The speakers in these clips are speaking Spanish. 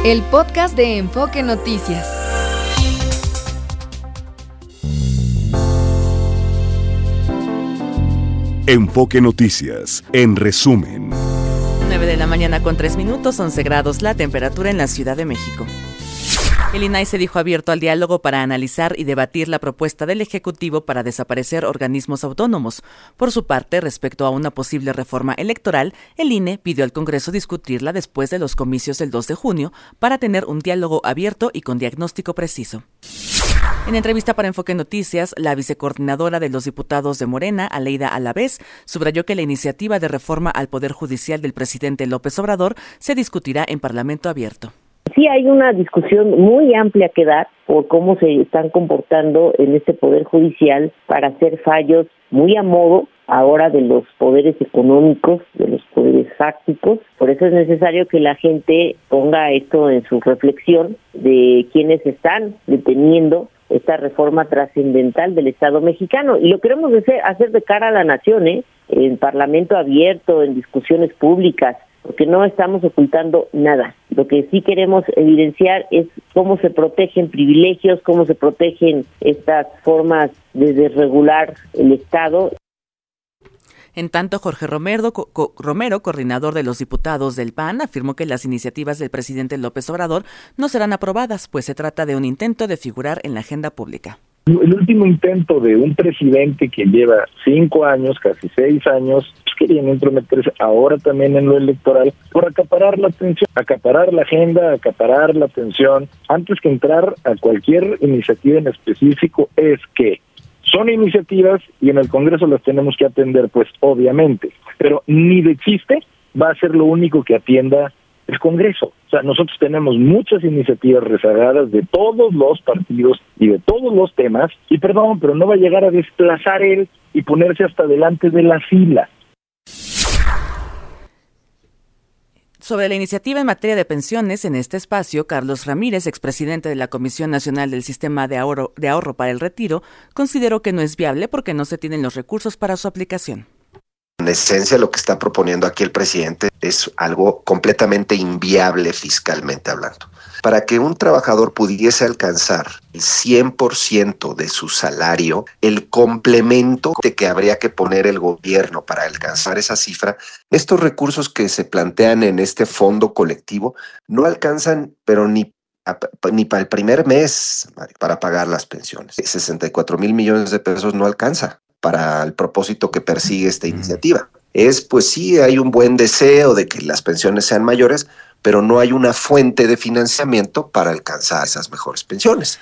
El podcast de Enfoque Noticias. Enfoque Noticias, en resumen. 9 de la mañana con 3 minutos, 11 grados la temperatura en la Ciudad de México. El INAI se dijo abierto al diálogo para analizar y debatir la propuesta del Ejecutivo para desaparecer organismos autónomos. Por su parte, respecto a una posible reforma electoral, el INE pidió al Congreso discutirla después de los comicios del 2 de junio para tener un diálogo abierto y con diagnóstico preciso. En entrevista para Enfoque Noticias, la vicecoordinadora de los diputados de Morena, Aleida Alavés, subrayó que la iniciativa de reforma al Poder Judicial del presidente López Obrador se discutirá en Parlamento abierto. Sí hay una discusión muy amplia que dar por cómo se están comportando en este Poder Judicial para hacer fallos muy a modo ahora de los poderes económicos, de los poderes fácticos. Por eso es necesario que la gente ponga esto en su reflexión de quienes están deteniendo esta reforma trascendental del Estado mexicano. Y lo queremos hacer de cara a la nación, en Parlamento abierto, en discusiones públicas, porque no estamos ocultando nada. Lo que sí queremos evidenciar es cómo se protegen privilegios, cómo se protegen estas formas de desregular el Estado. En tanto, Jorge Romero, coordinador de los diputados del PAN, afirmó que las iniciativas del presidente López Obrador no serán aprobadas, pues se trata de un intento de figurar en la agenda pública. El último intento de un presidente que lleva 5 años, casi 6 años, querían intrometerse ahora también en lo electoral por acaparar la atención, acaparar la agenda, acaparar la atención. Antes que entrar a cualquier iniciativa en específico, es que son iniciativas y en el Congreso las tenemos que atender, pues obviamente, pero ni de chiste va a ser lo único que atienda el Congreso. O sea, nosotros tenemos muchas iniciativas rezagadas de todos los partidos y de todos los temas, y perdón, pero no va a llegar a desplazar él y ponerse hasta delante de la fila. Sobre la iniciativa en materia de pensiones, en este espacio, Carlos Ramírez, expresidente de la Comisión Nacional del Sistema de Ahorro para el Retiro, consideró que no es viable porque no se tienen los recursos para su aplicación. En esencia, lo que está proponiendo aquí el presidente es algo completamente inviable fiscalmente hablando. Para que un trabajador pudiese alcanzar el 100% de su salario, el complemento que habría que poner el gobierno para alcanzar esa cifra, estos recursos que se plantean en este fondo colectivo no alcanzan, pero ni para el primer mes, para pagar las pensiones. 64,000 millones de pesos no alcanza para el propósito que persigue esta iniciativa. Pues sí, hay un buen deseo de que las pensiones sean mayores, pero no hay una fuente de financiamiento para alcanzar esas mejores pensiones.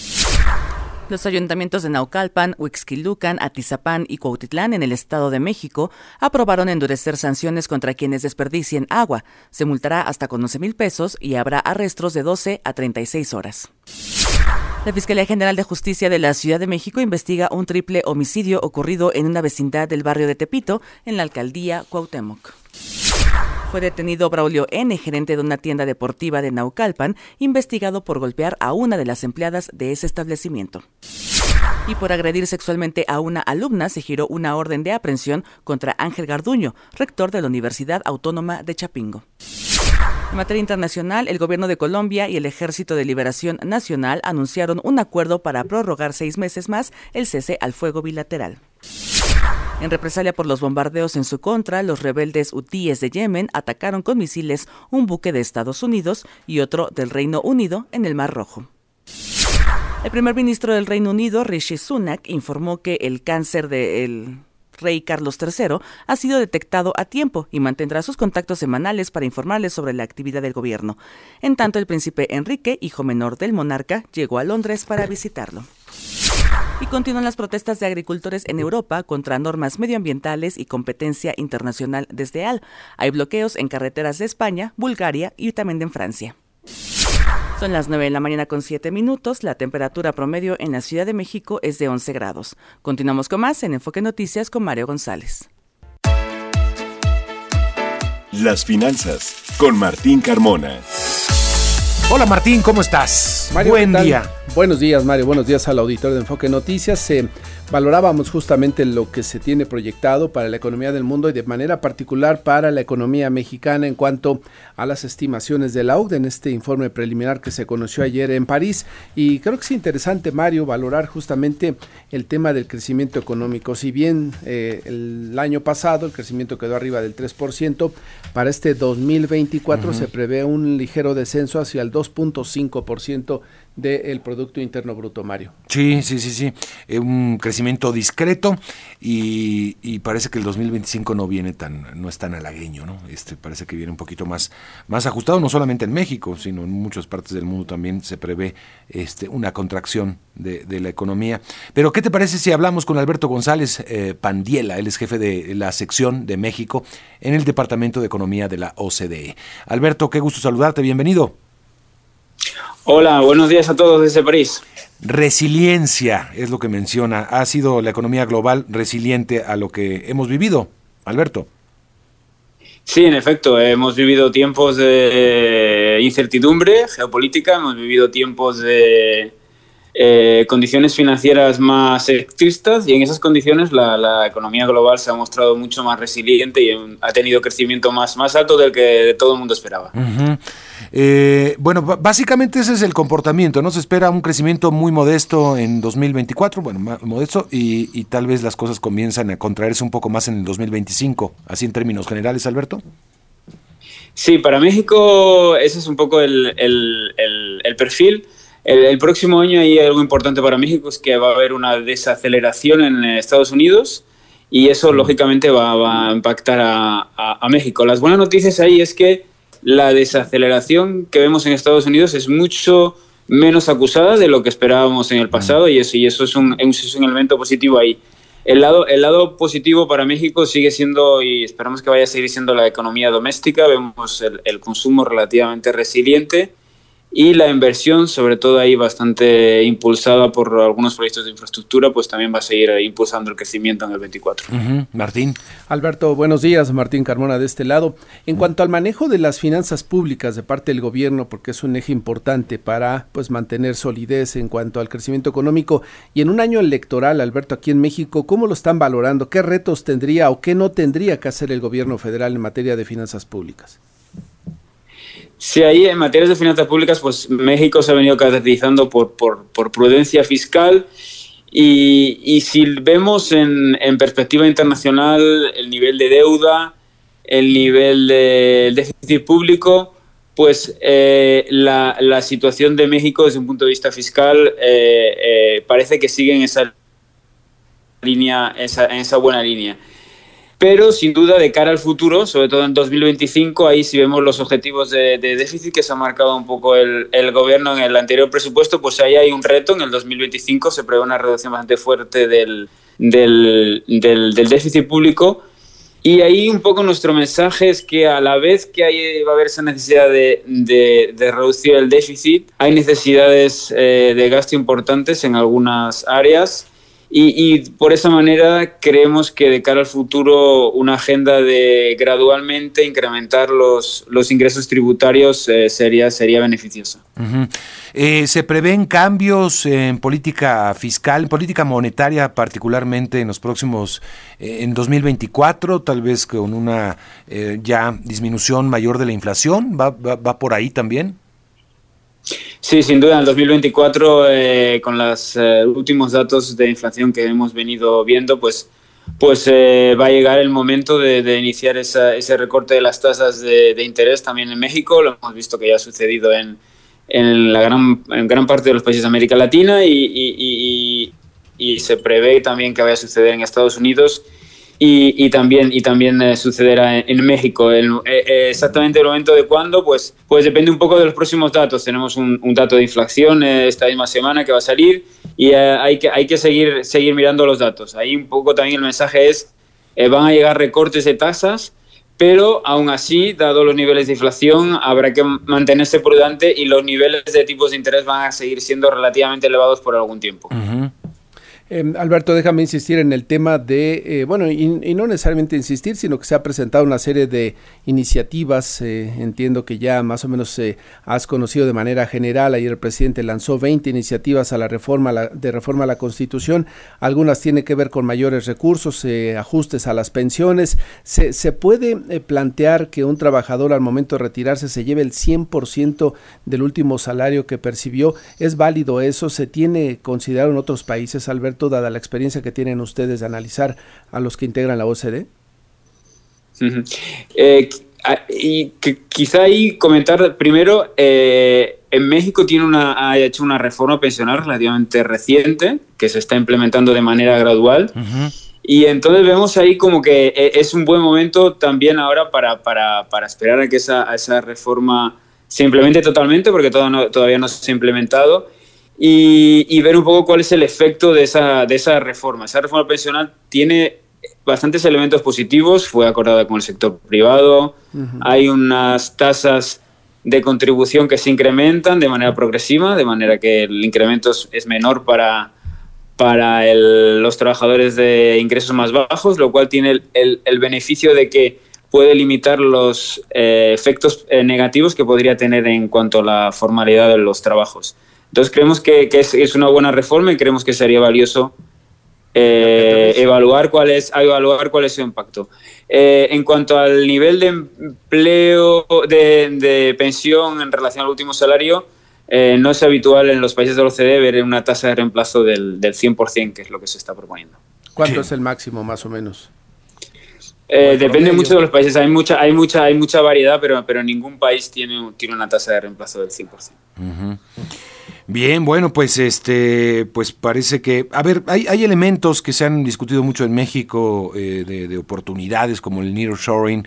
Los ayuntamientos de Naucalpan, Huixquilucan, Atizapán y Cuautitlán en el Estado de México aprobaron endurecer sanciones contra quienes desperdicien agua. Se multará hasta con 11,000 pesos y habrá arrestos de 12 a 36 horas. La Fiscalía General de Justicia de la Ciudad de México investiga un triple homicidio ocurrido en una vecindad del barrio de Tepito, en la alcaldía Cuauhtémoc. Fue detenido Braulio N., gerente de una tienda deportiva de Naucalpan, investigado por golpear a una de las empleadas de ese establecimiento. Y por agredir sexualmente a una alumna se giró una orden de aprehensión contra Ángel Garduño, rector de la Universidad Autónoma de Chapingo. En materia internacional, el gobierno de Colombia y el Ejército de Liberación Nacional anunciaron un acuerdo para prorrogar 6 meses más el cese al fuego bilateral. En represalia por los bombardeos en su contra, los rebeldes hutíes de Yemen atacaron con misiles un buque de Estados Unidos y otro del Reino Unido en el Mar Rojo. El primer ministro del Reino Unido, Rishi Sunak, informó que el cáncer del rey Carlos III ha sido detectado a tiempo y mantendrá sus contactos semanales para informarles sobre la actividad del gobierno. En tanto, el príncipe Enrique, hijo menor del monarca, llegó a Londres para visitarlo. Y continúan las protestas de agricultores en Europa contra normas medioambientales y competencia internacional desleal. Hay bloqueos en carreteras de España, Bulgaria y también en Francia. Son las 9 de la mañana con 7 minutos. La temperatura promedio en la Ciudad de México es de 11 grados. Continuamos con más en Enfoque Noticias con Mario González. Las finanzas con Martín Carmona. Hola Martín, ¿cómo estás? Mario, buen día. Buenos días, Mario. Buenos días al auditorio de Enfoque Noticias. Valorábamos justamente lo que se tiene proyectado para la economía del mundo y de manera particular para la economía mexicana en cuanto a las estimaciones de la OCDE en este informe preliminar que se conoció ayer en París. Y creo que es interesante, Mario, valorar justamente el tema del crecimiento económico. Si bien el año pasado el crecimiento quedó arriba del 3%, para este 2024 se prevé un ligero descenso hacia el 2.5% del Producto Interno Bruto, Mario. Sí. Un crecimiento discreto y parece que el 2025 no es tan halagueño, ¿no? Parece que viene un poquito más ajustado, no solamente en México, sino en muchas partes del mundo también se prevé una contracción de la economía. Pero, ¿qué te parece si hablamos con Alberto González Pandiela? Él es jefe de la sección de México en el Departamento de Economía de la OCDE. Alberto, qué gusto saludarte, bienvenido. Hola, buenos días a todos desde París. Resiliencia es lo que menciona. ¿Ha sido la economía global resiliente a lo que hemos vivido, Alberto? Sí, en efecto, hemos vivido tiempos de incertidumbre geopolítica, hemos vivido tiempos de condiciones financieras más tristes y en esas condiciones la economía global se ha mostrado mucho más resiliente y ha tenido crecimiento más alto del que todo el mundo esperaba. Uh-huh. Bueno, básicamente ese es el comportamiento, ¿no? Se espera un crecimiento muy modesto en 2024, modesto, y tal vez las cosas comienzan a contraerse un poco más en el 2025, así en términos generales, Alberto. Sí, para México ese es un poco el perfil. El próximo año hay algo importante para México, es que va a haber una desaceleración en Estados Unidos y eso lógicamente va a impactar a México. Las buenas noticias ahí es que la desaceleración que vemos en Estados Unidos es mucho menos acusada de lo que esperábamos en el pasado y eso es un elemento positivo ahí. El lado positivo para México sigue siendo, y esperamos que vaya a seguir siendo, la economía doméstica. Vemos el consumo relativamente resiliente y la inversión, sobre todo ahí bastante impulsada por algunos proyectos de infraestructura, pues también va a seguir impulsando el crecimiento en el 24. Uh-huh. Martín. Alberto, buenos días. Martín Carmona de este lado. En cuanto al manejo de las finanzas públicas de parte del gobierno, porque es un eje importante para mantener solidez en cuanto al crecimiento económico, y en un año electoral, Alberto, aquí en México, ¿cómo lo están valorando? ¿Qué retos tendría o qué no tendría que hacer el gobierno federal en materia de finanzas públicas? Sí, ahí en materias de finanzas públicas, pues México se ha venido caracterizando por prudencia fiscal y si vemos en perspectiva internacional el nivel de deuda, el nivel de déficit público, pues la situación de México desde un punto de vista fiscal parece que sigue en esa línea, en esa buena línea. Pero sin duda de cara al futuro, sobre todo en 2025, ahí si vemos los objetivos de déficit que se ha marcado un poco el gobierno en el anterior presupuesto, pues ahí hay un reto. En el 2025 se prevé una reducción bastante fuerte del déficit público y ahí un poco nuestro mensaje es que a la vez que va a haber esa necesidad de reducir el déficit, hay necesidades de gasto importantes en algunas áreas. Y por esa manera creemos que de cara al futuro una agenda de gradualmente incrementar los ingresos tributarios sería beneficiosa. Uh-huh. ¿Se prevén cambios en política fiscal, en política monetaria particularmente en los próximos, en 2024, tal vez con una ya disminución mayor de la inflación? ¿Va por ahí también? Sí, sin duda, en el 2024, con los últimos datos de inflación que hemos venido viendo, pues va a llegar el momento de iniciar ese recorte de las tasas de interés también en México. Lo hemos visto que ya ha sucedido en gran parte de los países de América Latina y se prevé también que vaya a suceder en Estados Unidos y también sucederá en México. Exactamente el momento de cuándo, pues depende un poco de los próximos datos. Tenemos un dato de inflación esta misma semana que va a salir y hay que seguir mirando los datos. Ahí un poco también el mensaje es, van a llegar recortes de tasas, pero aún así, dado los niveles de inflación, habrá que mantenerse prudente y los niveles de tipos de interés van a seguir siendo relativamente elevados por algún tiempo. Uh-huh. Alberto, déjame insistir en el tema de, y no necesariamente insistir, sino que se ha presentado una serie de iniciativas, entiendo que ya más o menos has conocido de manera general, ayer el presidente lanzó 20 iniciativas a la reforma a la Constitución, algunas tienen que ver con mayores recursos, ajustes a las pensiones. ¿Se puede plantear que un trabajador al momento de retirarse se lleve el 100% del último salario que percibió? ¿Es válido eso? ¿Se tiene considerado en otros países, Alberto, dada la experiencia que tienen ustedes de analizar a los que integran la OCDE? Y quizá ahí comentar primero, en México ha hecho una reforma pensional relativamente reciente, que se está implementando de manera gradual, y entonces vemos ahí como que es un buen momento también ahora para esperar a que esa reforma se implemente totalmente, porque todavía no se ha implementado, y ver un poco cuál es el efecto de esa reforma. Esa reforma pensional tiene bastantes elementos positivos, fue acordada con el sector privado, hay unas tasas de contribución que se incrementan de manera progresiva, de manera que el incremento es menor para los trabajadores de ingresos más bajos, lo cual tiene el beneficio de que puede limitar los efectos negativos que podría tener en cuanto a la formalidad de los trabajos. Entonces creemos que es una buena reforma y creemos que sería valioso evaluar cuál es su impacto. En cuanto al nivel de empleo, de pensión en relación al último salario, no es habitual en los países de la OCDE ver una tasa de reemplazo del 100%, que es lo que se está proponiendo. ¿Cuánto es el máximo, más o menos? Depende mucho de los países. Hay mucha variedad, pero ningún país tiene una tasa de reemplazo del 100%. Bien, bueno, pues pues parece que, a ver, hay elementos que se han discutido mucho en México de oportunidades como el nearshoring.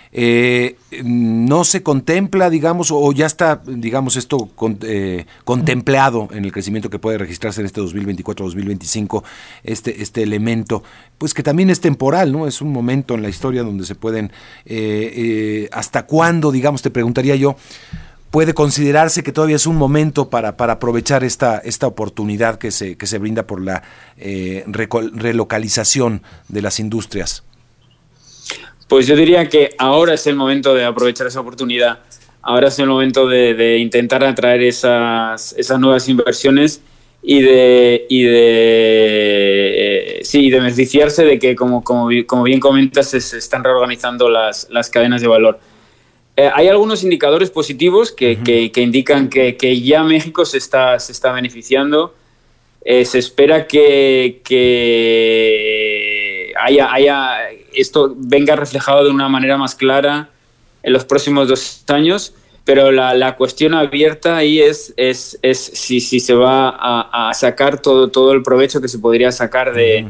No se contempla, digamos, o ya está, digamos, esto contemplado en el crecimiento que puede registrarse en este 2024-2025, este elemento, pues que también es temporal, ¿no? Es un momento en la historia donde se pueden, ¿hasta cuándo, digamos, te preguntaría yo, puede considerarse que todavía es un momento para aprovechar esta oportunidad que se brinda por la relocalización de las industrias? Pues yo diría que ahora es el momento de aprovechar esa oportunidad. Ahora es el momento de intentar atraer esas nuevas inversiones y de beneficiarse de que, como bien comentas, se están reorganizando las cadenas de valor. Hay algunos indicadores positivos que indican que ya México se está beneficiando. Se espera que esto venga reflejado de una manera más clara en los próximos 2 años, pero la cuestión abierta ahí es si se va a sacar todo el provecho que se podría sacar de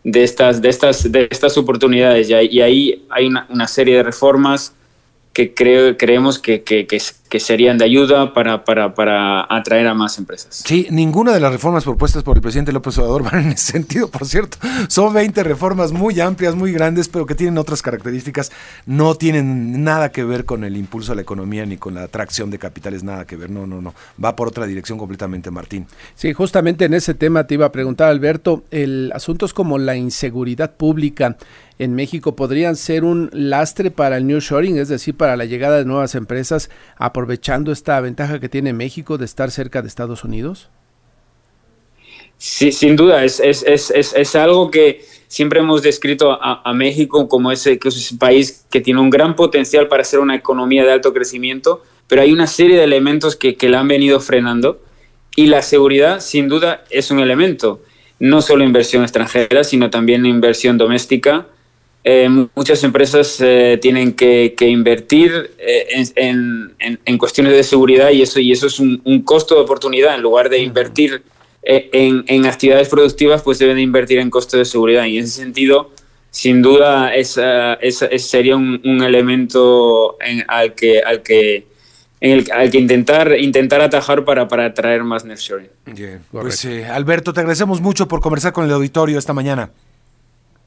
estas oportunidades. Y ahí hay una serie de reformas que creemos que serían de ayuda para atraer a más empresas. Sí, ninguna de las reformas propuestas por el presidente López Obrador van en ese sentido, por cierto. Son 20 reformas muy amplias, muy grandes, pero que tienen otras características. No tienen nada que ver con el impulso a la economía ni con la atracción de capitales, nada que ver. No. Va por otra dirección completamente, Martín. Sí, justamente en ese tema te iba a preguntar, Alberto, asuntos como la inseguridad pública en México podrían ser un lastre para el nearshoring, es decir, para la llegada de nuevas empresas, aprovechando esta ventaja que tiene México de estar cerca de Estados Unidos. Sí, sin duda, es algo que siempre hemos descrito a México como que es un país que tiene un gran potencial para ser una economía de alto crecimiento, pero hay una serie de elementos que la han venido frenando, y la seguridad sin duda es un elemento, no solo inversión extranjera, sino también inversión doméstica. Muchas empresas tienen que invertir en cuestiones de seguridad, y eso es un costo de oportunidad. En lugar de invertir en actividades productivas, pues deben de invertir en costo de seguridad, y en ese sentido, sin duda, sería un elemento al que intentar atajar para atraer más nearshoring. Bien. Pues Alberto, te agradecemos mucho por conversar con el auditorio esta mañana.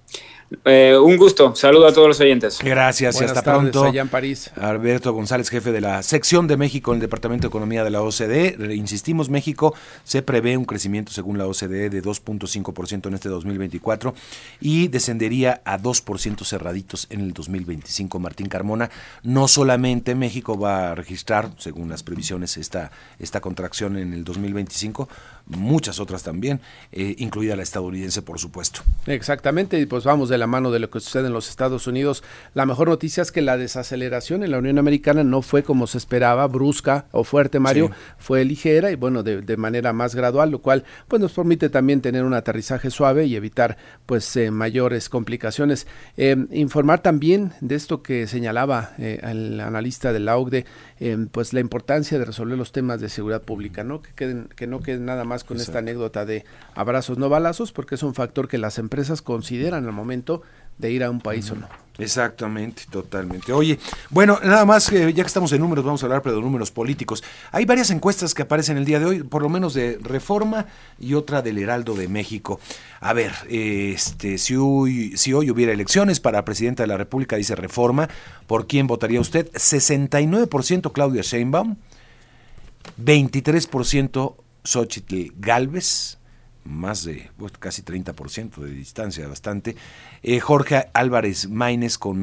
Un gusto, saludo a todos los oyentes. Gracias. Buenas y hasta tardes, pronto. allá en París. Alberto González, jefe de la sección de México en el Departamento de Economía de la OCDE. Insistimos, México se prevé un crecimiento según la OCDE de 2.5% en este 2024 y descendería a 2% cerraditos en el 2025. Martín Carmona, no solamente México va a registrar, según las previsiones, esta contracción en el 2025, muchas otras también, incluida la estadounidense, por supuesto. Exactamente, y pues vamos de la mano de lo que sucede en los Estados Unidos. La mejor noticia es que la desaceleración en la Unión Americana no fue como se esperaba, brusca o fuerte, Mario, sí. Fue ligera y bueno, de manera más gradual, lo cual pues nos permite también tener un aterrizaje suave y evitar pues mayores complicaciones. Informar también de esto que señalaba el analista de la OCDE, pues la importancia de resolver los temas de seguridad pública, ¿no? Que no queden nada más con esta anécdota de abrazos no balazos, porque es un factor que las empresas consideran al momento de ir a un país o no. Exactamente, totalmente. Oye, bueno, nada más, ya que estamos en números, vamos a hablar pero de números políticos. Hay varias encuestas que aparecen el día de hoy, por lo menos de Reforma y otra del Heraldo de México. A ver, si hoy hubiera elecciones para presidenta de la República, dice Reforma, ¿por quién votaría usted? 69% Claudia Sheinbaum, 23% Xóchitl Gálvez, más de casi 30% de distancia, bastante. Jorge Álvarez Maínez con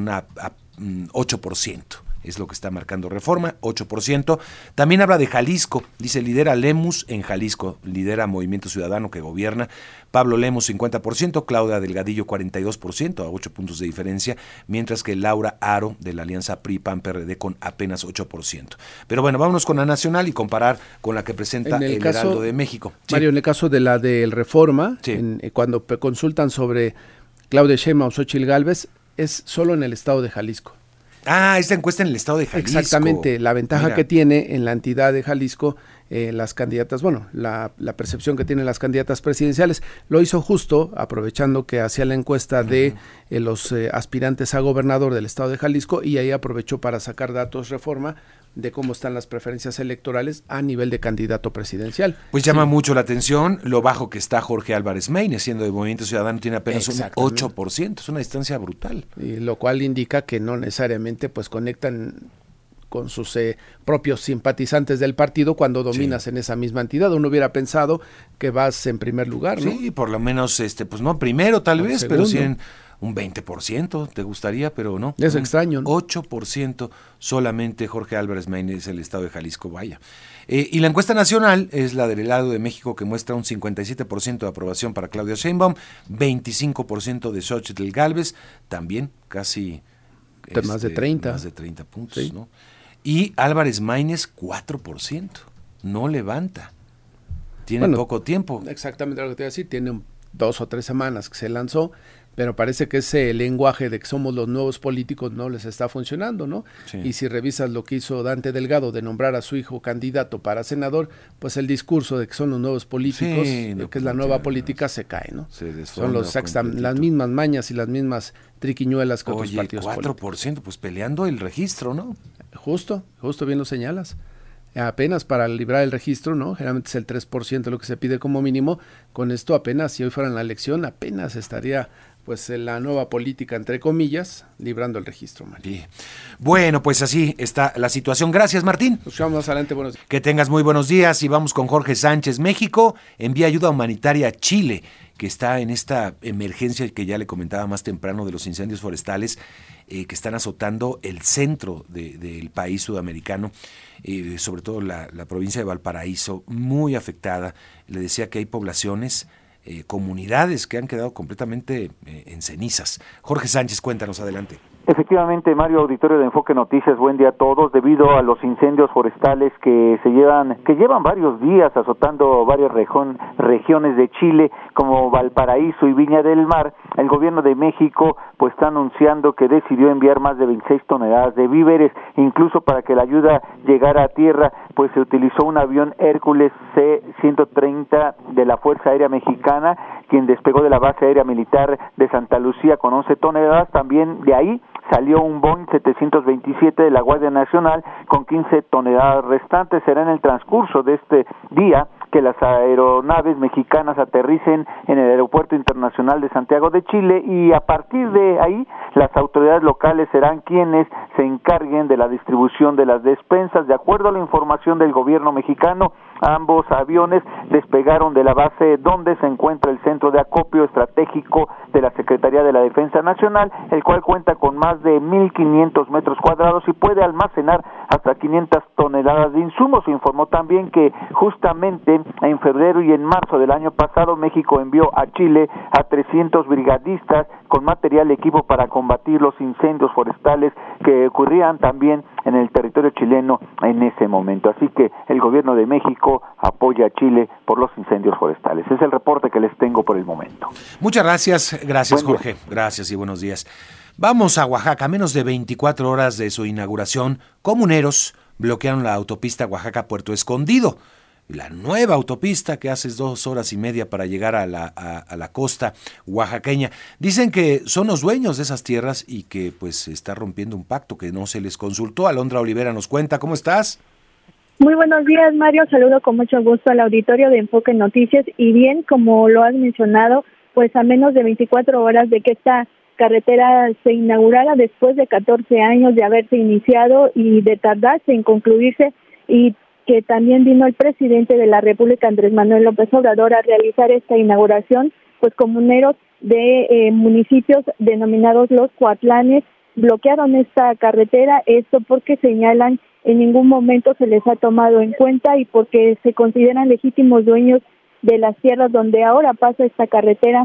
8%. Es lo que está marcando Reforma, 8%. También habla de Jalisco, dice, lidera Lemus en Jalisco, lidera Movimiento Ciudadano que gobierna. Pablo Lemus 50%, Claudia Delgadillo 42%, a 8 puntos de diferencia, mientras que Laura Aro de la alianza PRI-PAN-PRD con apenas 8%. Pero bueno, vámonos con la nacional y comparar con la que presenta el Heraldo de México. Mario, en el caso de la del Reforma, sí. Cuando consultan sobre Claudia Sheinbaum o Xóchitl Gálvez, es solo en el estado de Jalisco. Esta encuesta en el estado de Jalisco. Exactamente, la ventaja que tiene en la entidad de Jalisco las candidatas, la percepción que tienen las candidatas presidenciales, lo hizo justo aprovechando que hacía la encuesta de los aspirantes a gobernador del estado de Jalisco y ahí aprovechó para sacar datos Reforma de cómo están las preferencias electorales a nivel de candidato presidencial. Pues llama mucho la atención lo bajo que está Jorge Álvarez Maínez, siendo de Movimiento Ciudadano, tiene apenas un 8%, es una distancia brutal. Y lo cual indica que no necesariamente pues conectan con sus propios simpatizantes del partido cuando dominas en esa misma entidad. Uno hubiera pensado que vas en primer lugar, ¿no? Sí, por lo menos, pues no primero tal vez, segundo. pero sí en un 20%, te gustaría, pero no. Es extraño, ¿no? 8% solamente Jorge Álvarez Maínez, el estado de Jalisco, vaya. Y la encuesta nacional es la del Heraldo de México, que muestra un 57% de aprobación para Claudia Sheinbaum, 25% de Xóchitl Gálvez, también casi más de 30. Más de 30 puntos, sí. ¿No? Y Álvarez Maínez 4%, no levanta. Tiene poco tiempo. Exactamente lo que te iba a decir, tiene 2 o 3 semanas que se lanzó, pero parece que ese lenguaje de que somos los nuevos políticos no les está funcionando, ¿no? Sí. Y si revisas lo que hizo Dante Delgado de nombrar a su hijo candidato para senador, pues el discurso de que son los nuevos políticos, que es la nueva política, se cae, ¿no? Son las mismas mañas y las mismas triquiñuelas que otros partidos 4%, políticos. Pues peleando el registro, ¿no? Justo bien lo señalas. Apenas para librar el registro, ¿no? Generalmente es el 3% lo que se pide como mínimo. Con esto apenas, si hoy fuera la elección, apenas estaría pues la nueva política, entre comillas, librando el registro, Mario. Sí. Bueno, pues así está la situación. Gracias, Martín. Nos vemos más adelante, buenos días. Que tengas muy buenos días y vamos con Jorge Sánchez. México envía ayuda humanitaria a Chile, que está en esta emergencia que ya le comentaba más temprano de los incendios forestales que están azotando el centro del país sudamericano, sobre todo la provincia de Valparaíso, muy afectada. Le decía que hay poblaciones, comunidades que han quedado completamente en cenizas. Jorge Sánchez, cuéntanos, adelante. Efectivamente, Mario, auditorio de Enfoque Noticias, buen día a todos. Debido a los incendios forestales que llevan varios días azotando varias regiones de Chile, como Valparaíso y Viña del Mar, el gobierno de México pues está anunciando que decidió enviar más de 26 toneladas de víveres. Incluso para que la ayuda llegara a tierra, pues se utilizó un avión Hércules C-130 de la Fuerza Aérea Mexicana, quien despegó de la base aérea militar de Santa Lucía con 11 toneladas. También de ahí salió un Boeing 727 de la Guardia Nacional con 15 toneladas restantes. Será en el transcurso de este día que las aeronaves mexicanas aterricen en el Aeropuerto Internacional de Santiago de Chile, y a partir de ahí las autoridades locales serán quienes se encarguen de la distribución de las despensas. De acuerdo a la información del gobierno mexicano, ambos aviones despegaron de la base donde se encuentra el centro de acopio estratégico de la Secretaría de la Defensa Nacional, el cual cuenta con más de 1,500 metros cuadrados y puede almacenar hasta 500 toneladas de insumos. Se informó también que justamente en febrero y en marzo del año pasado México envió a Chile a 300 brigadistas con material y equipo para combatir los incendios forestales que ocurrían también en el territorio chileno en ese momento. Así que el gobierno de México apoya a Chile por los incendios forestales. Es el reporte que les tengo por el momento. Muchas gracias Jorge, gracias y buenos días. Vamos a Oaxaca. A menos de 24 horas de su inauguración, comuneros bloquearon la autopista Oaxaca-Puerto Escondido. La nueva autopista que hace 2 horas y media para llegar a la costa oaxaqueña. Dicen que son los dueños de esas tierras y que pues se está rompiendo un pacto que no se les consultó. Alondra Olivera nos cuenta. ¿Cómo estás? Muy buenos días, Mario. Saludo con mucho gusto al auditorio de Enfoque Noticias. Y bien, como lo has mencionado, pues a menos de 24 horas de que esta carretera se inaugurara, después de 14 años de haberse iniciado y de tardarse en concluirse, y que también vino el presidente de la República, Andrés Manuel López Obrador, a realizar esta inauguración, pues comuneros de municipios denominados Los Cuatlanes bloquearon esta carretera, esto porque señalan en ningún momento se les ha tomado en cuenta y porque se consideran legítimos dueños de las tierras donde ahora pasa esta carretera,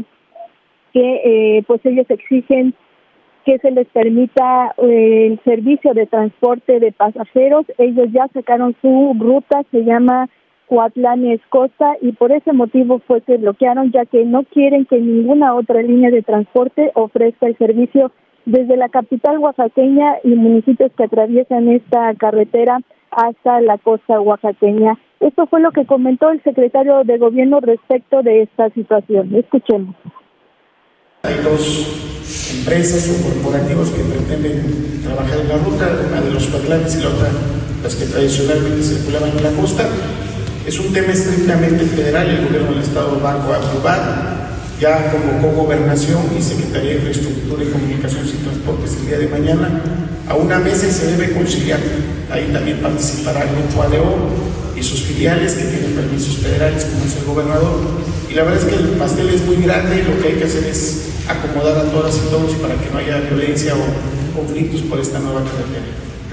que pues ellos exigen que se les permita el servicio de transporte de pasajeros. Ellos ya sacaron su ruta, se llama Cuatlanes Costa, y por ese motivo fue que bloquearon, ya que no quieren que ninguna otra línea de transporte ofrezca el servicio desde la capital oaxaqueña y municipios que atraviesan esta carretera hasta la costa oaxaqueña. Esto fue lo que comentó el secretario de Gobierno respecto de esta situación. Escuchemos. Hay 2 empresas o corporativos que pretenden trabajar en la ruta, una de Los Cuatlanes y la otra las que tradicionalmente circulaban en la costa. Es un tema estrictamente federal, el gobierno del estado va a aprobar, ya convocó Gobernación y Secretaría de Infraestructura y Comunicaciones y Transportes el día de mañana. A una mesa se debe conciliar, ahí también participará el Grupo ADO y sus filiales que tienen permisos federales, como es el gobernador. Y la verdad es que el pastel es muy grande y lo que hay que hacer es acomodar a todas y todos para que no haya violencia o conflictos por esta nueva carretera.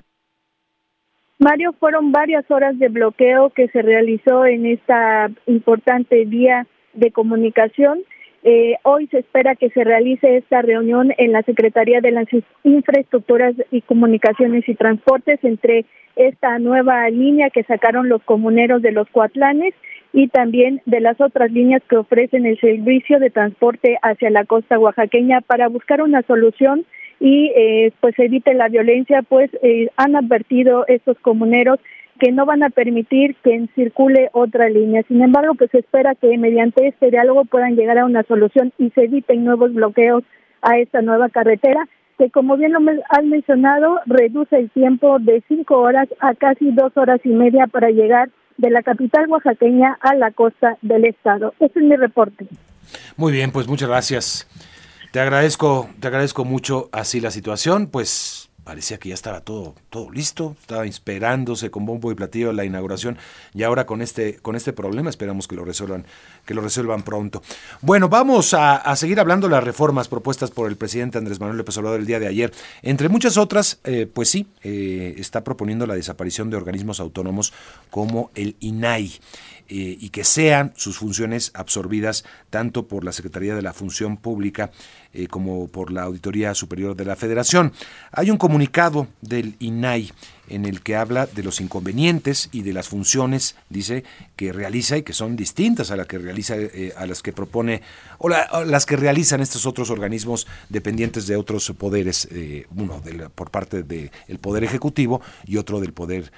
Mario, fueron varias horas de bloqueo que se realizó en esta importante vía de comunicación. Hoy se espera que se realice esta reunión en la Secretaría de las Infraestructuras y Comunicaciones y Transportes entre esta nueva línea que sacaron los comuneros de Los Cuatlanes y también de las otras líneas que ofrecen el servicio de transporte hacia la costa oaxaqueña para buscar una solución y pues evite la violencia, pues han advertido estos comuneros que no van a permitir que circule otra línea. Sin embargo, pues se espera que mediante este diálogo puedan llegar a una solución y se eviten nuevos bloqueos a esta nueva carretera, que como bien lo has mencionado, reduce el tiempo de 5 horas a casi 2 horas y media para llegar de la capital oaxaqueña a la costa del estado. Este es mi reporte. Muy bien, pues muchas gracias. Te agradezco mucho así la situación, pues parecía que ya estaba todo listo, estaba esperándose con bombo y platillo la inauguración y ahora con este problema esperamos que lo resuelvan pronto. Bueno, vamos a seguir hablando de las reformas propuestas por el presidente Andrés Manuel López Obrador el día de ayer. Entre muchas otras, pues sí, está proponiendo la desaparición de organismos autónomos como el INAI. Y que sean sus funciones absorbidas tanto por la Secretaría de la Función Pública como por la Auditoría Superior de la Federación. Hay un comunicado del INAI en el que habla de los inconvenientes y de las funciones, dice, que realiza y que son distintas a las que realiza, a las que propone o las que realizan estos otros organismos dependientes de otros poderes, uno por parte del Poder Ejecutivo y otro del Poder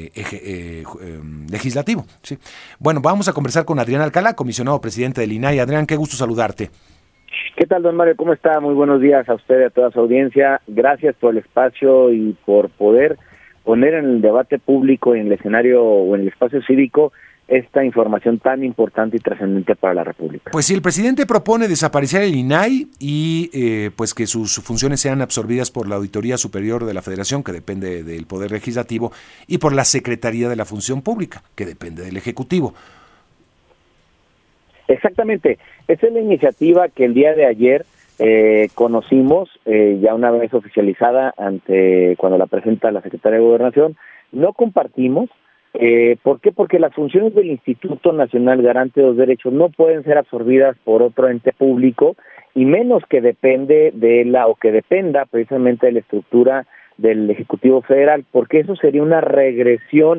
Legislativo. ¿Sí? Bueno, vamos a conversar con Adrián Alcalá, comisionado presidente del INAI. Adrián, qué gusto saludarte. ¿Qué tal, don Mario? ¿Cómo está? Muy buenos días a usted y a toda su audiencia. Gracias por el espacio y por poder poner en el debate público, en el escenario o en el espacio cívico esta información tan importante y trascendente para la República. Pues si el presidente propone desaparecer el INAI y pues que sus funciones sean absorbidas por la Auditoría Superior de la Federación, que depende del Poder Legislativo, y por la Secretaría de la Función Pública, que depende del Ejecutivo. Exactamente, esa es la iniciativa que el día de ayer conocimos, ya una vez oficializada cuando la presenta la Secretaría de Gobernación. No compartimos. ¿Por qué? Porque las funciones del Instituto Nacional Garante de los Derechos no pueden ser absorbidas por otro ente público, y menos que dependa precisamente de la estructura del Ejecutivo Federal, porque eso sería una regresión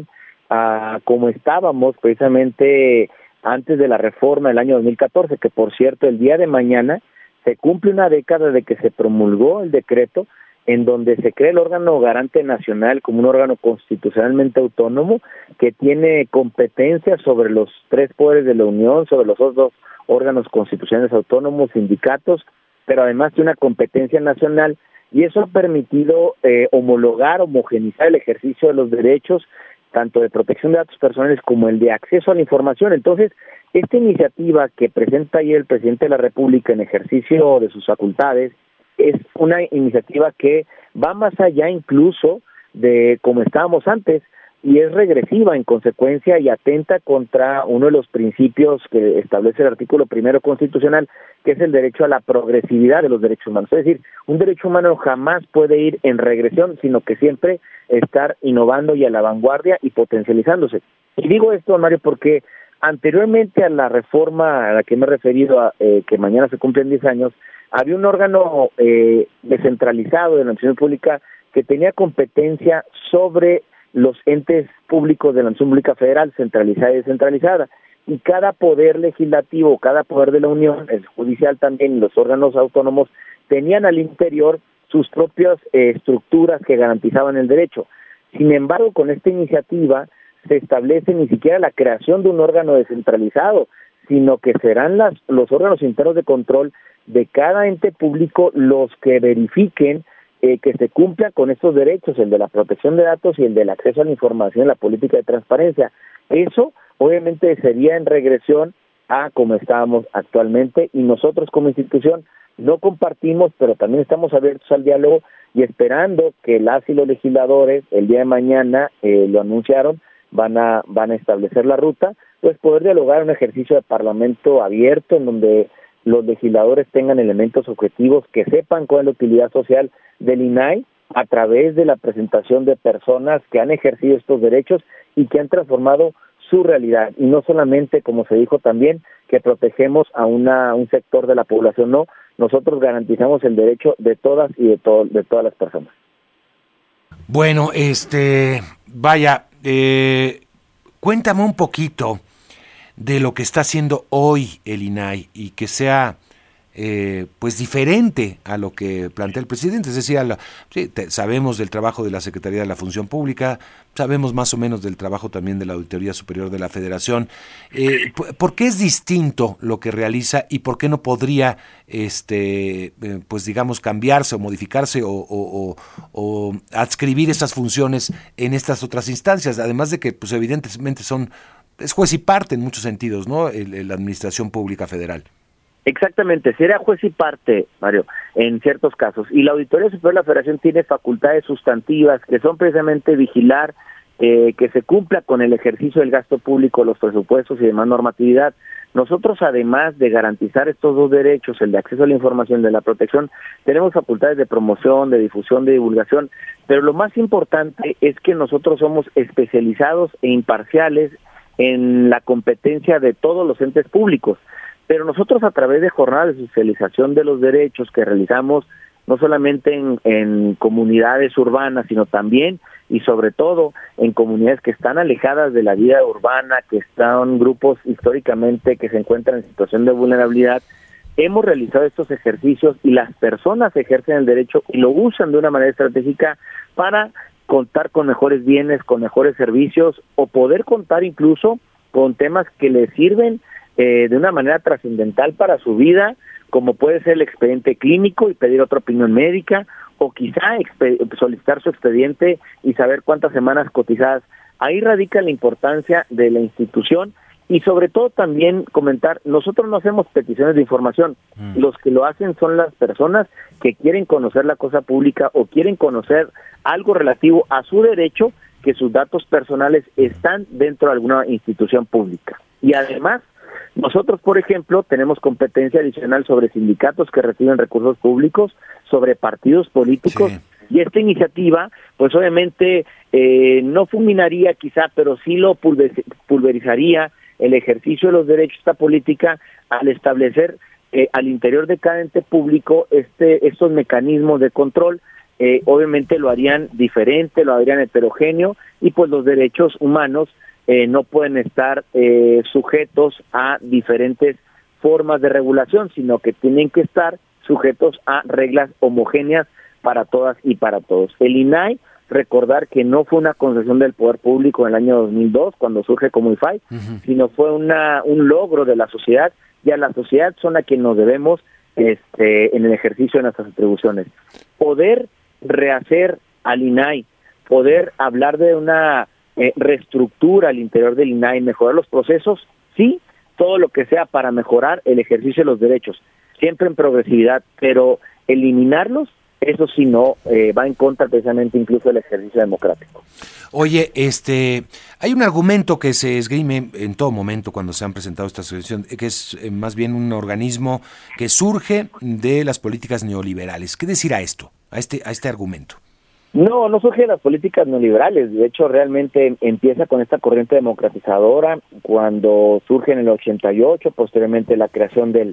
a como estábamos precisamente antes de la reforma del año 2014, que por cierto el día de mañana se cumple una década de que se promulgó el decreto en donde se crea el órgano garante nacional como un órgano constitucionalmente autónomo que tiene competencias sobre los 3 poderes de la Unión, sobre los otros órganos constitucionales autónomos, sindicatos, pero además tiene una competencia nacional, y eso ha permitido homogenizar el ejercicio de los derechos, tanto de protección de datos personales como el de acceso a la información. Entonces, esta iniciativa que presenta ayer el presidente de la República en ejercicio de sus facultades es una iniciativa que va más allá incluso de como estábamos antes, y es regresiva en consecuencia y atenta contra uno de los principios que establece el artículo 1 constitucional, que es el derecho a la progresividad de los derechos humanos. Es decir, un derecho humano jamás puede ir en regresión, sino que siempre estar innovando y a la vanguardia y potencializándose. Y digo esto, Mario, porque anteriormente a la reforma a la que me he referido, que mañana se cumplen 10 años, había un órgano descentralizado de la administración pública que tenía competencia sobre los entes públicos de la administración pública federal, centralizada y descentralizada, y cada poder legislativo, cada poder de la Unión, el judicial también, los órganos autónomos, tenían al interior sus propias estructuras que garantizaban el derecho. Sin embargo, con esta iniciativa se establece ni siquiera la creación de un órgano descentralizado, sino que serán los órganos internos de control de cada ente público los que verifiquen que se cumpla con estos derechos, el de la protección de datos y el del acceso a la información en la política de transparencia. Eso obviamente sería en regresión a como estábamos actualmente, y nosotros como institución no compartimos, pero también estamos abiertos al diálogo y esperando que las y los legisladores el día de mañana, lo anunciaron, van a establecer la ruta, pues poder dialogar un ejercicio de parlamento abierto en donde los legisladores tengan elementos objetivos, que sepan cuál es la utilidad social del INAI a través de la presentación de personas que han ejercido estos derechos y que han transformado su realidad, y no solamente, como se dijo también, que protegemos a un sector de la población. No, nosotros garantizamos el derecho de todas y de todas las personas. Bueno, cuéntame un poquito de lo que está haciendo hoy el INAI y que sea pues diferente a lo que plantea el presidente. Es decir, sabemos del trabajo de la Secretaría de la Función Pública, sabemos más o menos del trabajo también de la Auditoría Superior de la Federación. ¿Por qué es distinto lo que realiza y por qué no podría pues digamos cambiarse o modificarse o adscribir esas funciones en estas otras instancias? Además de que pues evidentemente es juez y parte en muchos sentidos, ¿no? La Administración Pública Federal. Exactamente, será juez y parte, Mario, en ciertos casos. Y la Auditoría Superior de la Federación tiene facultades sustantivas que son precisamente vigilar que se cumpla con el ejercicio del gasto público, los presupuestos y demás normatividad. Nosotros, además de garantizar estos dos derechos, el de acceso a la información, de la protección, tenemos facultades de promoción, de difusión, de divulgación, pero lo más importante es que nosotros somos especializados e imparciales en la competencia de todos los entes públicos. Pero nosotros, a través de jornadas de socialización de los derechos que realizamos no solamente en comunidades urbanas, sino también y sobre todo en comunidades que están alejadas de la vida urbana, que están grupos históricamente que se encuentran en situación de vulnerabilidad, hemos realizado estos ejercicios y las personas ejercen el derecho y lo usan de una manera estratégica para contar con mejores bienes, con mejores servicios, o poder contar incluso con temas que les sirven de una manera trascendental para su vida, como puede ser el expediente clínico y pedir otra opinión médica, o quizá solicitar su expediente y saber cuántas semanas cotizadas. Ahí radica la importancia de la institución y sobre todo también comentar, nosotros no hacemos peticiones de información, los que lo hacen son las personas que quieren conocer la cosa pública o quieren conocer algo relativo a su derecho, que sus datos personales están dentro de alguna institución pública. Y además, nosotros, por ejemplo, tenemos competencia adicional sobre sindicatos que reciben recursos públicos, sobre partidos políticos, y esta iniciativa, pues obviamente no fulminaría quizá, pero sí lo pulverizaría el ejercicio de los derechos de esta política al establecer al interior de cada ente público estos mecanismos de control. Obviamente lo harían diferente, lo harían heterogéneo, y pues los derechos humanos no pueden estar sujetos a diferentes formas de regulación, sino que tienen que estar sujetos a reglas homogéneas para todas y para todos. El INAI, recordar que no fue una concesión del poder público en el año 2002, cuando surge como IFAI, sino fue un logro de la sociedad, y a la sociedad son a quien nos debemos en el ejercicio de nuestras atribuciones. Poder rehacer al INAI, poder hablar de una reestructura al interior del INAI, mejorar los procesos, sí, todo lo que sea para mejorar el ejercicio de los derechos, siempre en progresividad, pero eliminarlos, eso sí no, va en contra precisamente incluso del ejercicio democrático. Oye, hay un argumento que se esgrime en todo momento cuando se han presentado esta asociación, que es más bien un organismo que surge de las políticas neoliberales. ¿Qué decir a esto, a este argumento? No surge de las políticas neoliberales. De hecho, realmente empieza con esta corriente democratizadora cuando surge en el 88, posteriormente la creación del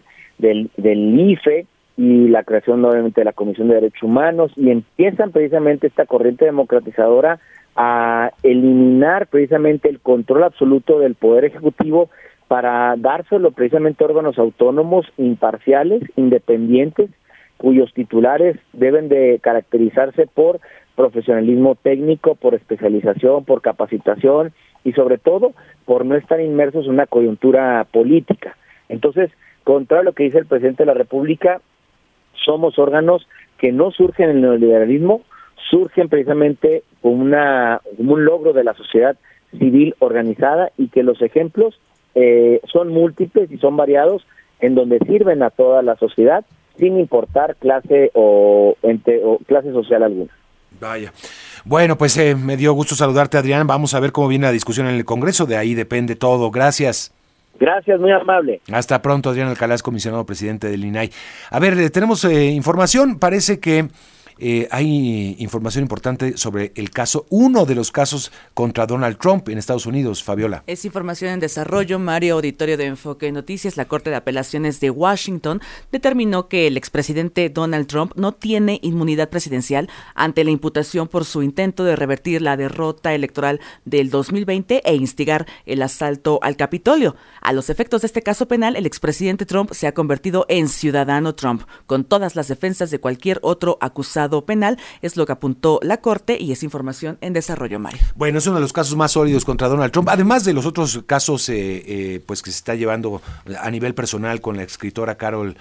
IFE y la creación obviamente de la Comisión de Derechos Humanos, y empiezan precisamente esta corriente democratizadora a eliminar precisamente el control absoluto del Poder Ejecutivo para dárselo precisamente a órganos autónomos, imparciales, independientes, cuyos titulares deben de caracterizarse por profesionalismo técnico, por especialización, por capacitación y sobre todo por no estar inmersos en una coyuntura política. Entonces, contrario a lo que dice el presidente de la República, somos órganos que no surgen en el neoliberalismo, surgen precisamente como un logro de la sociedad civil organizada, y que los ejemplos son múltiples y son variados, en donde sirven a toda la sociedad sin importar clase o clase social alguna. Vaya. Bueno, pues me dio gusto saludarte, Adrián. Vamos a ver cómo viene la discusión en el Congreso. De ahí depende todo. Gracias. Gracias, muy amable. Hasta pronto, Adrián Alcalá, comisionado presidente del INAI. A ver, tenemos información. Parece que hay información importante sobre el caso, uno de los casos contra Donald Trump en Estados Unidos, Fabiola. Es información en desarrollo, Mario, auditorio de Enfoque Noticias. La Corte de Apelaciones de Washington determinó que el expresidente Donald Trump no tiene inmunidad presidencial ante la imputación por su intento de revertir la derrota electoral del 2020 e instigar el asalto al Capitolio. A los efectos de este caso penal, el expresidente Trump se ha convertido en ciudadano Trump, con todas las defensas de cualquier otro acusado penal, es lo que apuntó la Corte, y es información en desarrollo, Mario. Bueno, es uno de los casos más sólidos contra Donald Trump, además de los otros casos pues que se está llevando a nivel personal con la escritora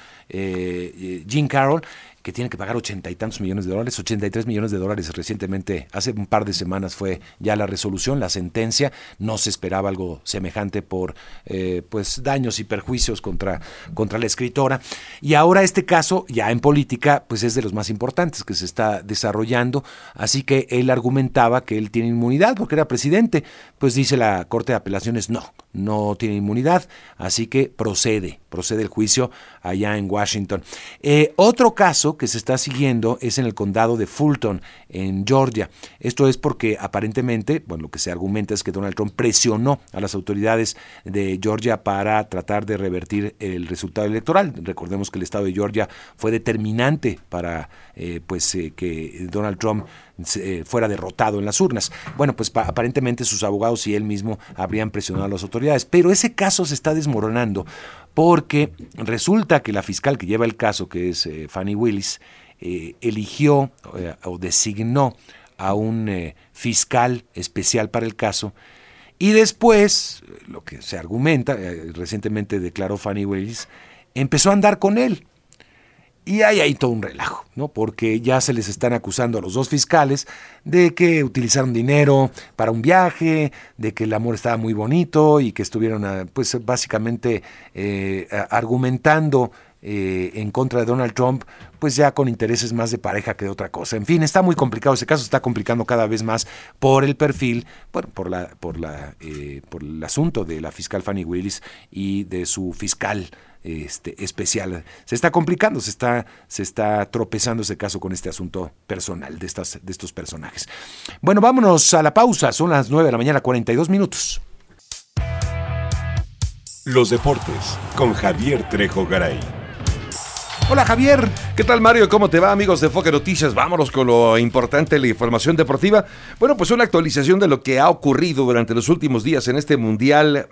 Jean Carroll, que tiene que pagar 80 y tantos millones de dólares, 83 millones de dólares recientemente, hace un par de semanas fue ya la resolución, la sentencia. No se esperaba algo semejante por pues daños y perjuicios contra la escritora. Y ahora este caso, ya en política, pues es de los más importantes que se está desarrollando, así que él argumentaba que él tiene inmunidad porque era presidente. Pues dice la Corte de Apelaciones, no tiene inmunidad, así que procede el juicio allá en Washington. Otro caso que se está siguiendo es en el condado de Fulton, en Georgia. Esto es porque aparentemente, lo que se argumenta es que Donald Trump presionó a las autoridades de Georgia para tratar de revertir el resultado electoral. Recordemos que el estado de Georgia fue determinante para que Donald Trump fuera derrotado en las urnas. Bueno, pues aparentemente sus abogados y él mismo habrían presionado a las autoridades, pero ese caso se está desmoronando porque resulta que la fiscal que lleva el caso, que es Fani Willis, eligió o designó a un fiscal especial para el caso, y después, lo que se argumenta, recientemente declaró Fani Willis, empezó a andar con él. Y hay ahí todo un relajo, ¿no? Porque ya se les están acusando a los dos fiscales de que utilizaron dinero para un viaje, de que el amor estaba muy bonito y que estuvieron, pues básicamente argumentando en contra de Donald Trump, pues ya con intereses más de pareja que de otra cosa. En fin, está muy complicado ese caso, se está complicando cada vez más por el perfil, bueno, por el asunto de la fiscal Fani Willis y de su fiscal especial. Se está complicando, se está tropezando ese caso con este asunto personal de estos personajes. Bueno, vámonos a la pausa, son las 9:42 a.m. Los deportes con Javier Trejo Garay. Hola Javier, ¿qué tal Mario? ¿Cómo te va, amigos de Enfoque Noticias? Vámonos con lo importante de la información deportiva. Bueno, pues una actualización de lo que ha ocurrido durante los últimos días en este mundial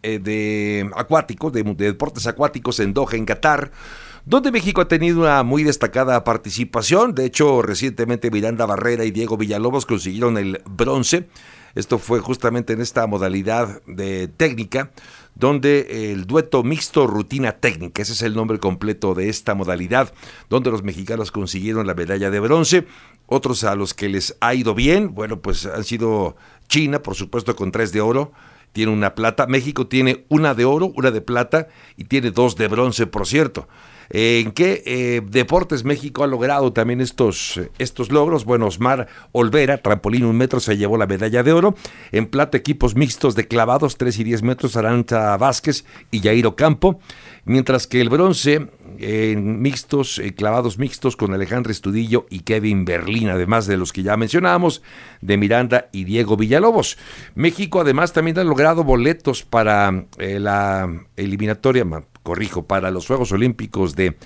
de deportes acuáticos en Doha, en Qatar, donde México ha tenido una muy destacada participación. De hecho, recientemente Miranda Barrera y Diego Villalobos consiguieron el bronce. Esto fue justamente en esta modalidad de técnica, donde el dueto mixto rutina técnica, ese es el nombre completo de esta modalidad, donde los mexicanos consiguieron la medalla de bronce. Otros a los que les ha ido bien, bueno, pues han sido China, por supuesto, con 3 de oro, tiene una plata. México tiene 1 de oro, 1 de plata y tiene 2 de bronce, por cierto. ¿En qué deportes México ha logrado también estos logros? Bueno, Osmar Olvera, trampolín 1 metro, se llevó la medalla de oro. En plata, equipos mixtos de clavados 3 y 10 metros, Aranza Vázquez y Yair Ocampo. Mientras que el bronce en mixtos, clavados mixtos con Alejandro Estudillo y Kevin Berlín, además de los que ya mencionábamos, de Miranda y Diego Villalobos. México además también ha logrado boletos para la eliminatoria, para los Juegos Olímpicos de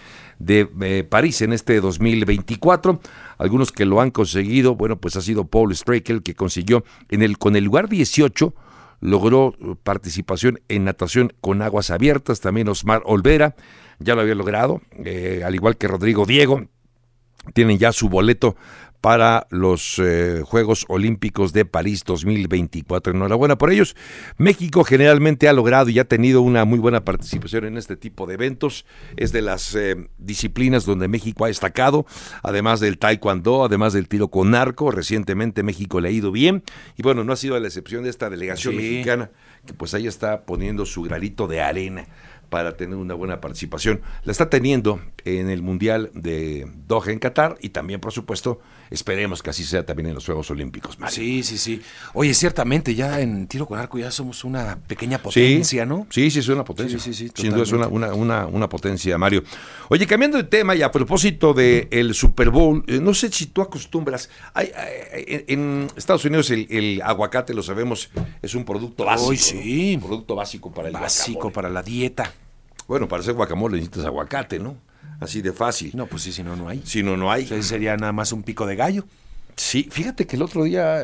París en este 2024. Algunos que lo han conseguido, bueno, pues ha sido Paul Strakel, que consiguió con el lugar 18, logró participación en natación con aguas abiertas. También Osmar Olvera ya lo había logrado, al igual que Rodrigo Diego, tienen ya su boleto para los Juegos Olímpicos de París 2024. Enhorabuena por ellos. México generalmente ha logrado y ha tenido una muy buena participación en este tipo de eventos. Es de las disciplinas donde México ha destacado, además del taekwondo, además del tiro con arco. Recientemente México le ha ido bien y bueno, no ha sido la excepción de esta delegación mexicana, que pues ahí está poniendo su granito de arena para tener una buena participación. La está teniendo en el Mundial de Doha en Qatar y también, por supuesto, esperemos que así sea también en los Juegos Olímpicos, Mario. Sí. Oye, ciertamente ya en tiro con arco ya somos una pequeña potencia, ¿no? Sí, es una potencia. Sí, sin duda es una potencia, Mario. Oye, cambiando de tema y a propósito del Super Bowl, no sé si tú acostumbras, en Estados Unidos el aguacate, lo sabemos, es un producto básico. Sí. Un producto básico para el guacamole. Para la dieta. Bueno, para hacer guacamole necesitas aguacate, ¿no? Así de fácil. No, pues sí, si no, no hay. Si no, no hay. Entonces sería nada más un pico de gallo. Sí, fíjate que el otro día,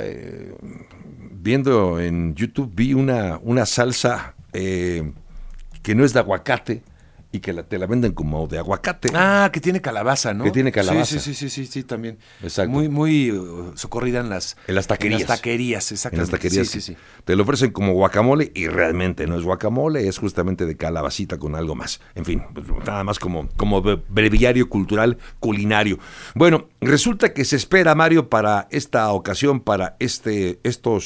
viendo en YouTube, vi una salsa que no es de aguacate y que te la venden como de aguacate. Ah, que tiene calabaza, ¿no? Que tiene calabaza. Sí, también. Exacto. Muy socorrida en las taquerías. En las taquerías, exactamente. En las taquerías. Sí. Te lo ofrecen como guacamole y realmente no es guacamole, es justamente de calabacita con algo más. En fin, nada más como breviario cultural culinario. Bueno, resulta que se espera, Mario, para esta ocasión, para este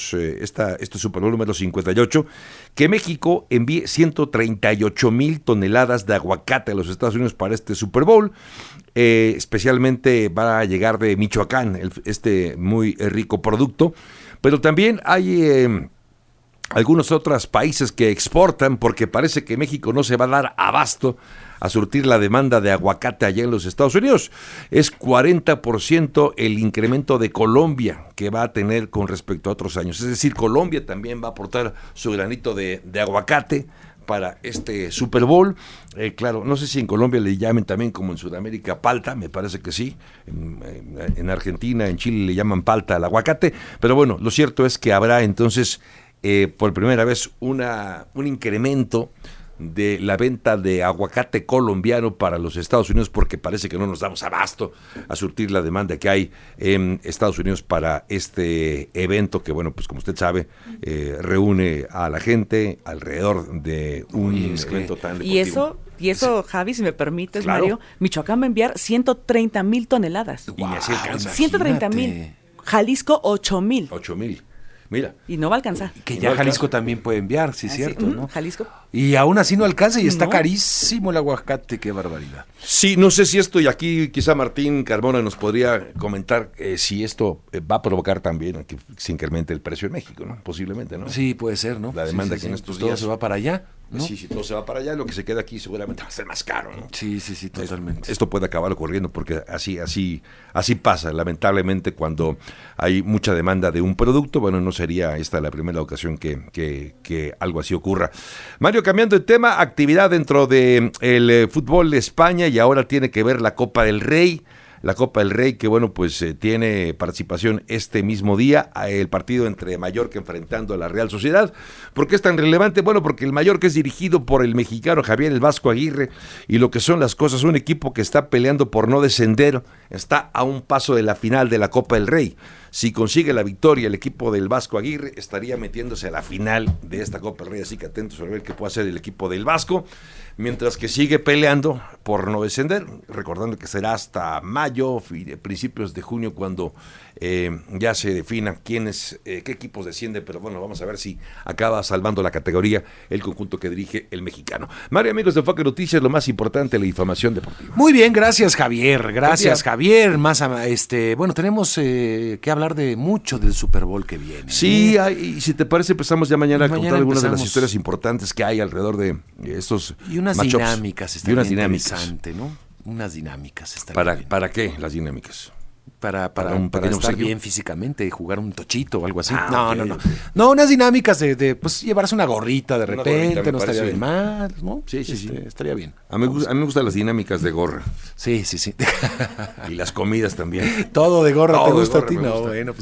Super Bowl número 58, que México envíe 138,000 toneladas de aguacate a los Estados Unidos para este Super Bowl. Especialmente va a llegar de Michoacán, este muy rico producto. Pero también hay algunos otros países que exportan, porque parece que México no se va a dar abasto a surtir la demanda de aguacate allá en los Estados Unidos. Es 40% el incremento de Colombia que va a tener con respecto a otros años. Es decir, Colombia también va a aportar su granito de aguacate para este Super Bowl. Claro, no sé si en Colombia le llamen también como en Sudamérica palta, me parece que sí. En Argentina, en Chile le llaman palta al aguacate, pero bueno, lo cierto es que habrá entonces por primera vez un incremento de la venta de aguacate colombiano para los Estados Unidos, porque parece que no nos damos abasto a surtir la demanda que hay en Estados Unidos para este evento que, bueno, pues como usted sabe, reúne a la gente alrededor de un evento tan deportivo. Y eso Y eso, Javi, si me permites, Claro. Mario, Michoacán va a enviar 130,000 toneladas. Y así alcanza. 130,000. Jalisco, 8,000. 8,000. Mira. Y no va a alcanzar. Que ya Jalisco también puede enviar, sí, es cierto, ¿no? Jalisco. Y aún así no alcanza y está No. carísimo el aguacate, qué barbaridad. Sí, no sé si esto, y aquí quizá Martín Carmona nos podría comentar si esto va a provocar también que se incremente el precio en México, ¿no? Posiblemente, ¿no? Sí, puede ser, ¿no? La demanda Sí, que en pues estos todo días se va para allá, ¿no? Sí, si todo se va para allá, lo que se queda aquí seguramente va a ser más caro, ¿no? Sí, totalmente. Esto puede acabar ocurriendo porque así pasa, lamentablemente, cuando hay mucha demanda de un producto. Bueno, no sería esta la primera ocasión que algo así ocurra. Mario, cambiando de tema, actividad dentro de el fútbol de España, y ahora tiene que ver la Copa del Rey. La Copa del Rey, que bueno, pues tiene participación este mismo día, el partido entre Mallorca enfrentando a la Real Sociedad. ¿Por qué es tan relevante? Bueno, porque el Mallorca es dirigido por el mexicano Javier El Vasco Aguirre, y lo que son las cosas, un equipo que está peleando por no descender, está a un paso de la final de la Copa del Rey. Si consigue la victoria el equipo del Vasco Aguirre, estaría metiéndose a la final de esta Copa del Rey, así que atentos a ver qué puede hacer el equipo del Vasco, mientras que sigue peleando por no descender, recordando que será hasta mayo, principios de junio, cuando ya se defina qué equipos descienden, pero bueno, vamos a ver si acaba salvando la categoría el conjunto que dirige el mexicano. Mario, amigos de Enfoque Noticias, lo más importante, la información deportiva. Muy bien, gracias Javier, Javier. Bueno, tenemos que hablar de mucho del Super Bowl que viene. Sí, y si te parece, empezamos ya mañana a contar algunas de las empezamos. historias importantes que hay alrededor de estos Y unas matchups. dinámicas, Y unas dinámicas. interesante, ¿no? Unas dinámicas. ¿Para qué las dinámicas? Para un pequeño estar obsequio. bien físicamente, jugar un tochito o algo así. Ah, ok. No, unas dinámicas de pues llevarse una gorrita de Una repente, gorrita, me no estaría parece bien mal, ¿no? Sí. Estaría bien. A mí me gustan las dinámicas de gorra. Sí. Y las comidas también. Todo de gorra, Todo ¿te de gusta gorra a ti? me No, gusta. bueno, pues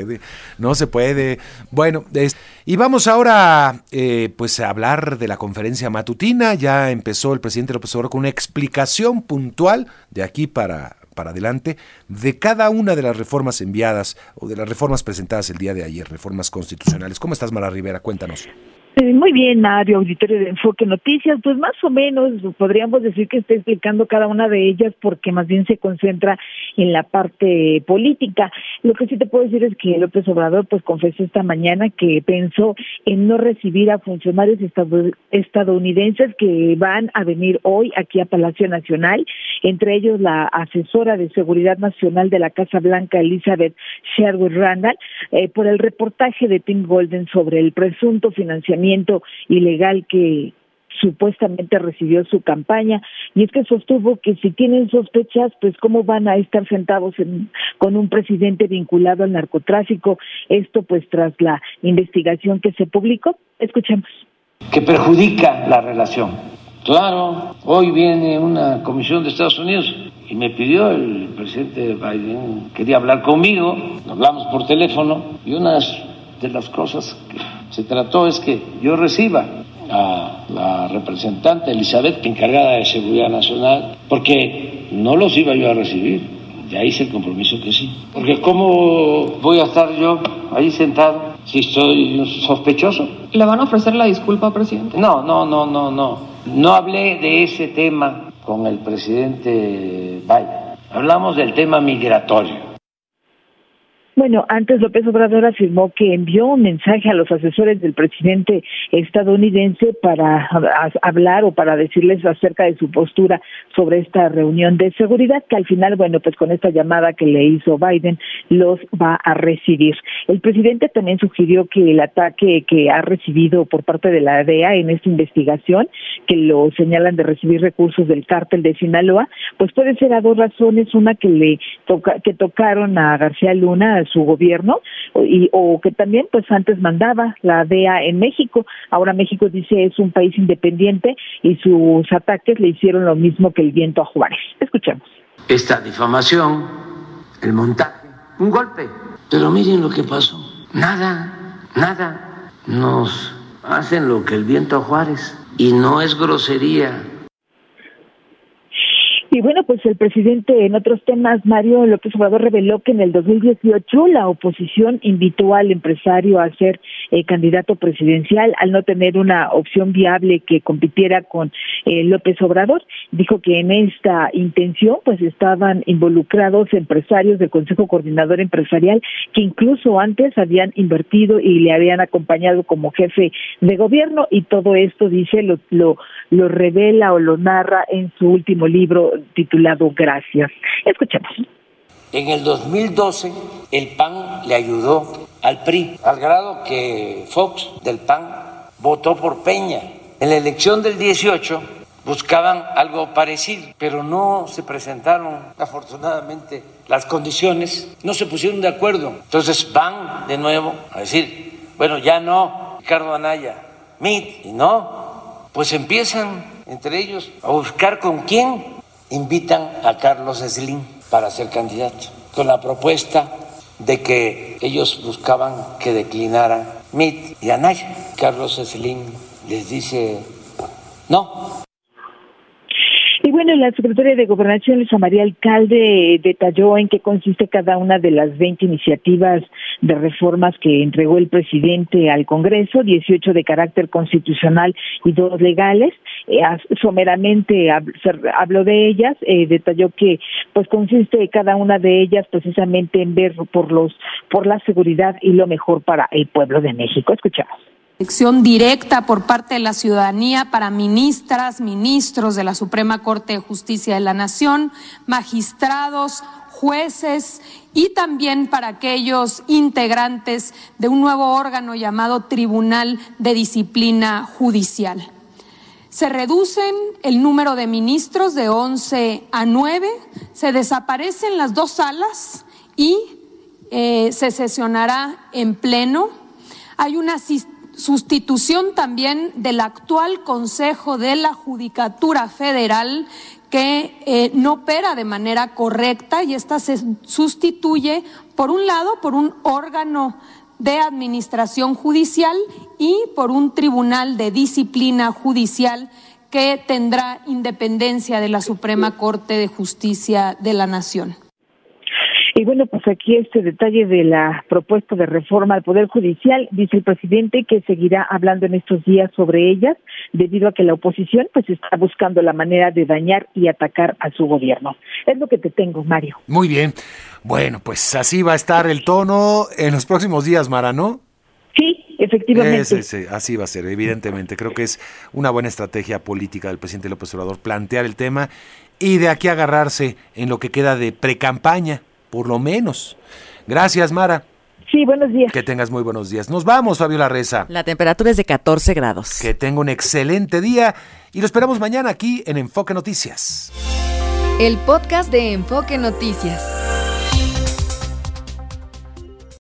no se puede. Bueno, y vamos ahora pues a hablar de la conferencia matutina. Ya empezó el presidente López Obrador con una explicación puntual de aquí para adelante de cada una de las reformas enviadas o de las reformas presentadas el día de ayer, reformas constitucionales. ¿Cómo estás, Mara Rivera? Cuéntanos. Muy bien, Mario, auditorio de Enfoque Noticias, pues más o menos podríamos decir que está explicando cada una de ellas porque más bien se concentra en la parte política. Lo que sí te puedo decir es que López Obrador pues confesó esta mañana que pensó en no recibir a funcionarios estadounidenses que van a venir hoy aquí a Palacio Nacional, entre ellos la asesora de Seguridad Nacional de la Casa Blanca, Elizabeth Sherwood Randall, por el reportaje de Tim Golden sobre el presunto financiamiento ilegal que supuestamente recibió su campaña, y es que sostuvo que si tienen sospechas, pues cómo van a estar sentados con un presidente vinculado al narcotráfico, esto pues tras la investigación que se publicó. Escuchemos. Que perjudica la relación. Claro, hoy viene una comisión de Estados Unidos y me pidió el presidente Biden, quería hablar conmigo, hablamos por teléfono, y una de las cosas que se trató es que yo reciba a la representante Elizabeth, encargada de Seguridad Nacional, porque no los iba yo a recibir. Ya hice el compromiso que sí. Porque ¿cómo voy a estar yo ahí sentado si estoy sospechoso? ¿Le van a ofrecer la disculpa, presidente? No. No hablé de ese tema con el presidente Biden. Hablamos del tema migratorio. Bueno, antes López Obrador afirmó que envió un mensaje a los asesores del presidente estadounidense para hablar o para decirles acerca de su postura sobre esta reunión de seguridad, que al final, bueno, pues con esta llamada que le hizo Biden, los va a recibir. El presidente también sugirió que el ataque que ha recibido por parte de la DEA en esta investigación, que lo señalan de recibir recursos del cártel de Sinaloa, pues puede ser a dos razones: una que tocaron a García Luna, su gobierno, o que también pues antes mandaba la DEA en México. Ahora México dice es un país independiente y sus ataques le hicieron lo mismo que el viento a Juárez. Escuchemos. Esta difamación, el montaje, un golpe. Pero miren lo que pasó. Nada. Nos hacen lo que el viento a Juárez. Y no es grosería. Y bueno, pues el presidente, en otros temas, Mario López Obrador, reveló que en el 2018 la oposición invitó al empresario a ser candidato presidencial al no tener una opción viable que compitiera con López Obrador. Dijo que en esta intención pues estaban involucrados empresarios del Consejo Coordinador Empresarial que incluso antes habían invertido y le habían acompañado como jefe de gobierno, y todo esto, dice, lo revela o lo narra en su último libro titulado Gracias. Escuchemos. En el 2012 el PAN le ayudó al PRI, al grado que Fox del PAN votó por Peña. En la elección del 18 buscaban algo parecido, pero no se presentaron, afortunadamente, las condiciones, no se pusieron de acuerdo. Entonces van de nuevo a decir, bueno, ya no, Ricardo Anaya, MIT, y no, pues empiezan entre ellos a buscar con quién. Invitan a Carlos Slim para ser candidato, con la propuesta de que ellos buscaban que declinara MIT y Anaya. Carlos Slim les dice no. Y bueno, la secretaria de Gobernación, Luisa María Alcalde, detalló en qué consiste cada una de las 20 iniciativas de reformas que entregó el presidente al Congreso, 18 de carácter constitucional y 2 legales. Someramente habló de ellas, detalló que pues consiste cada una de ellas precisamente en ver por la seguridad y lo mejor para el pueblo de México. Escuchamos. Elección directa por parte de la ciudadanía para ministras, ministros de la Suprema Corte de Justicia de la Nación, magistrados, jueces y también para aquellos integrantes de un nuevo órgano llamado Tribunal de Disciplina Judicial. Se reducen el número de ministros de 11 a 9, se desaparecen las 2 salas y se sesionará en pleno. Hay una sustitución también del actual Consejo de la Judicatura Federal que no opera de manera correcta, y esta se sustituye, por un lado, por un órgano de administración judicial y por un tribunal de disciplina judicial que tendrá independencia de la Suprema Corte de Justicia de la Nación. Y bueno, pues aquí este detalle de la propuesta de reforma al Poder Judicial, dice el presidente que seguirá hablando en estos días sobre ellas, debido a que la oposición pues está buscando la manera de dañar y atacar a su gobierno. Es lo que te tengo, Mario. Muy bien. Bueno, pues así va a estar el tono en los próximos días, Mara, ¿no? Sí, efectivamente. Sí, así va a ser, evidentemente. Creo que es una buena estrategia política del presidente López Obrador plantear el tema y de aquí agarrarse en lo que queda de precampaña, por lo menos. Gracias, Mara. Sí, buenos días. Que tengas muy buenos días. Nos vamos, Fabiola Reza. La temperatura es de 14 grados. Que tenga un excelente día y lo esperamos mañana aquí en Enfoque Noticias. El podcast de Enfoque Noticias.